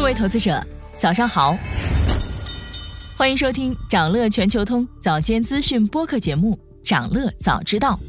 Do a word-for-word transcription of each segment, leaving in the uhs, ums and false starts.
各位投资者，早上好，欢迎收听长乐全球通早间资讯播客节目《长乐早知道》。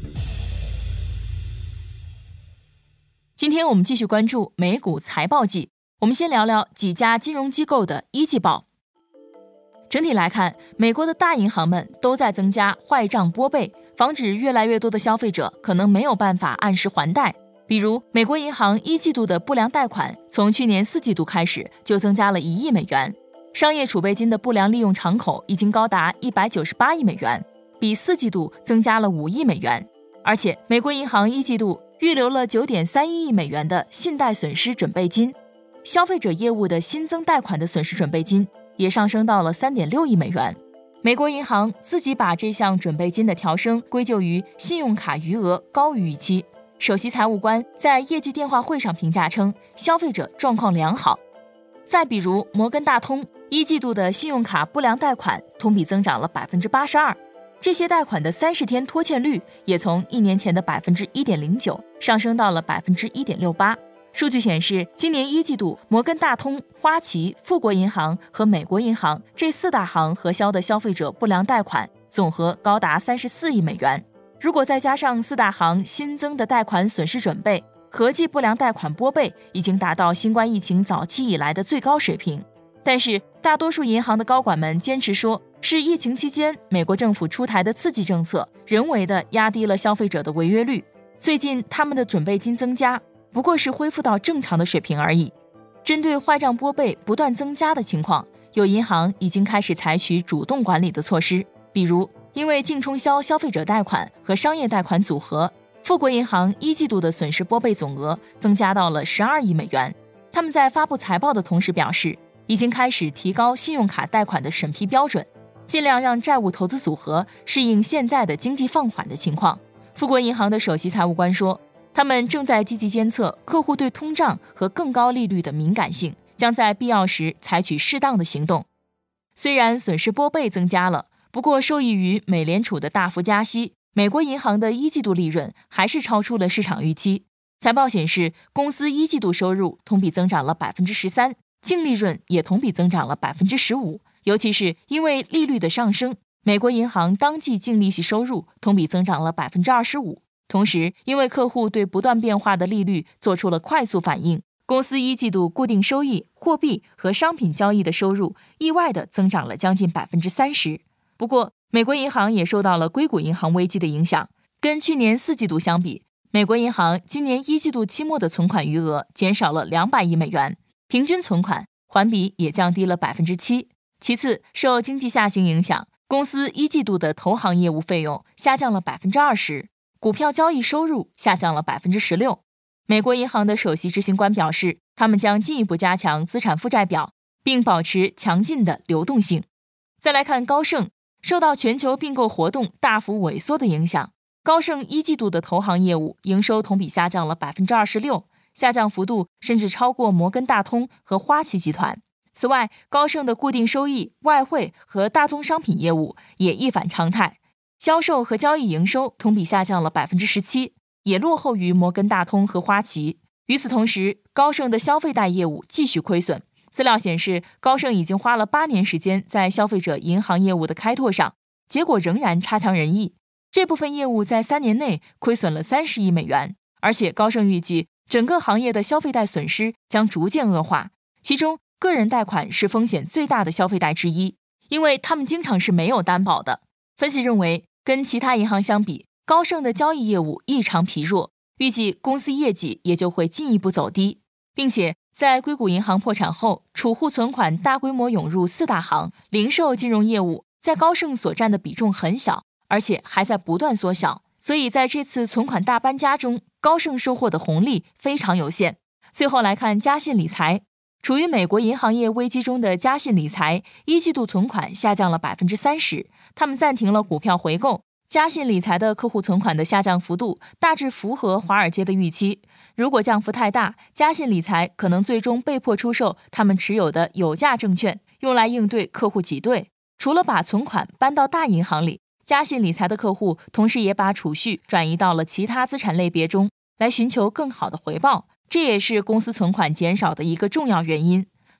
今天我们继续关注美股财报季，我们先聊聊几家金融机构的一季报。整体来看，美国的大银行们都在增加坏账拨备，防止越来越多的消费者可能没有办法按时还贷。比如，美国银行一季度的不良贷款从去年四季度开始就增加了一亿美元，商业储备金的不良利用敞口已经高达一百九十八亿美元，比四季度增加了五亿美元。而且，美国银行一季度预留了 九点三一亿美元的信贷损失准备金，消费者业务的新增贷款的损失准备金也上升到了 三点六亿美元。美国银行自己把这项准备金的调升归咎于信用卡余额高于预期。首席财务官在业绩电话会上评价称，消费者状况良好。再比如摩根大通一季度的信用卡不良贷款同比增长了 百分之八十二， 这些贷款的三十天拖欠率也从一年前的 百分之一点零九 上升到了 百分之一点六八。数据显示，今年一季度摩根大通、花旗、富国银行和美国银行这四大行核销的消费者不良贷款总和高达三十四亿美元。如果再加上四大行新增的贷款损失准备，合计不良贷款拨备已经达到新冠疫情早期以来的最高水平。但是大多数银行的高管们坚持说，是疫情期间美国政府出台的刺激政策人为的压低了消费者的违约率，最近他们的准备金增加不过是恢复到正常的水平而已。针对坏账拨备不断增加的情况，有银行已经开始采取主动管理的措施，比如因为净冲销消费者贷款和商业贷款组合，富国银行一季度的损失拨备总额增加到了十二亿美元。他们在发布财报的同时表示，已经开始提高信用卡贷款的审批标准，尽量让债务投资组合适应现在的经济放缓的情况。富国银行的首席财务官说，他们正在积极监测客户对通胀和更高利率的敏感性，将在必要时采取适当的行动。虽然损失拨备增加了，不过受益于美联储的大幅加息，美国银行的一季度利润还是超出了市场预期。财报显示，公司一季度收入同比增长了 百分之十三， 净利润也同比增长了 百分之十五。 尤其是因为利率的上升，美国银行当季净利息收入同比增长了 百分之二十五。 同时，因为客户对不断变化的利率做出了快速反应，公司一季度固定收益、货币和商品交易的收入意外地增长了将近 百分之三十。不过，美国银行也受到了硅谷银行危机的影响，跟去年四季度相比，美国银行今年一季度期末的存款余额减少了两百亿美元，平均存款环比也降低了 百分之七。 其次，受经济下行影响，公司一季度的投行业务费用下降了 百分之二十， 股票交易收入下降了 百分之十六。 美国银行的首席执行官表示，他们将进一步加强资产负债表，并保持强劲的流动性。再来看高盛，受到全球并购活动大幅萎缩的影响，高盛一季度的投行业务营收同比下降了 百分之二十六， 下降幅度甚至超过摩根大通和花旗集团。此外，高盛的固定收益、外汇和大宗商品业务也一反常态，销售和交易营收同比下降了 百分之十七， 也落后于摩根大通和花旗。与此同时，高盛的消费贷业务继续亏损。资料显示，高盛已经花了八年时间在消费者银行业务的开拓上，结果仍然差强人意。这部分业务在三年内亏损了三十亿美元，而且高盛预计整个行业的消费贷损失将逐渐恶化，其中个人贷款是风险最大的消费贷之一，因为他们经常是没有担保的。分析认为，跟其他银行相比，高盛的交易业务异常疲弱，预计公司业绩也就会进一步走低，并且在硅谷银行破产后，储户存款大规模涌入四大行，零售金融业务在高盛所占的比重很小，而且还在不断缩小，所以在这次存款大搬家中，高盛收获的红利非常有限。最后来看嘉信理财，处于美国银行业危机中的嘉信理财一季度存款下降了 百分之三十， 他们暂停了股票回购。嘉信理财的客户存款的下降幅度大致符合华尔街的预期，如果降幅太大，嘉信理财可能最终被迫出售他们持有的有价证券，用来应对客户挤兑。除了把存款搬到大银行里，嘉信理财的客户同时也把储蓄转移到了其他资产类别中，来寻求更好的回报，这也是公司存款减少的一个重要原因。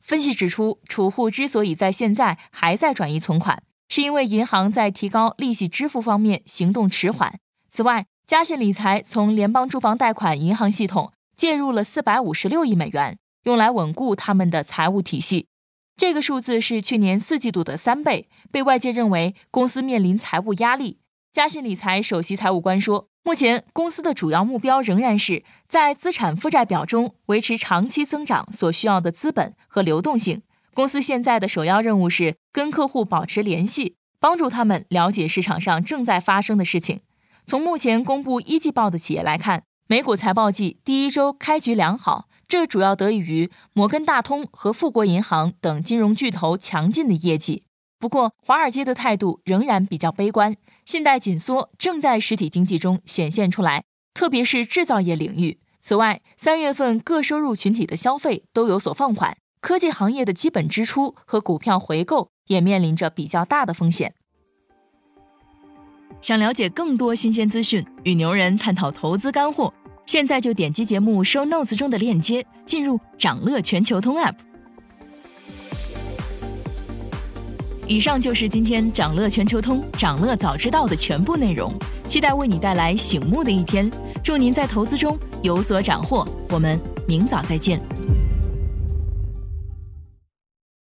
分析指出，储户之所以在现在还在转移存款，是因为银行在提高利息支付方面行动迟缓。此外，嘉信理财从联邦住房贷款银行系统介入了四百五十六亿美元，用来稳固他们的财务体系。这个数字是去年四季度的三倍，被外界认为公司面临财务压力。嘉信理财首席财务官说，目前公司的主要目标仍然是在资产负债表中维持长期增长所需要的资本和流动性。公司现在的首要任务是跟客户保持联系，帮助他们了解市场上正在发生的事情。从目前公布一季报的企业来看，美股财报季第一周开局良好，这主要得益于摩根大通和富国银行等金融巨头强劲的业绩。不过，华尔街的态度仍然比较悲观，信贷紧缩正在实体经济中显现出来，特别是制造业领域。此外，三月份各收入群体的消费都有所放缓，科技行业的基本支出和股票回购也面临着比较大的风险。想了解更多新鲜资讯，与牛人探讨投资干货，现在就点击节目 show notes 中的链接，进入掌乐全球通 App。以上就是今天掌乐全球通掌乐早知道的全部内容，期待为你带来醒目的一天，祝您在投资中有所斩获，我们明早再见。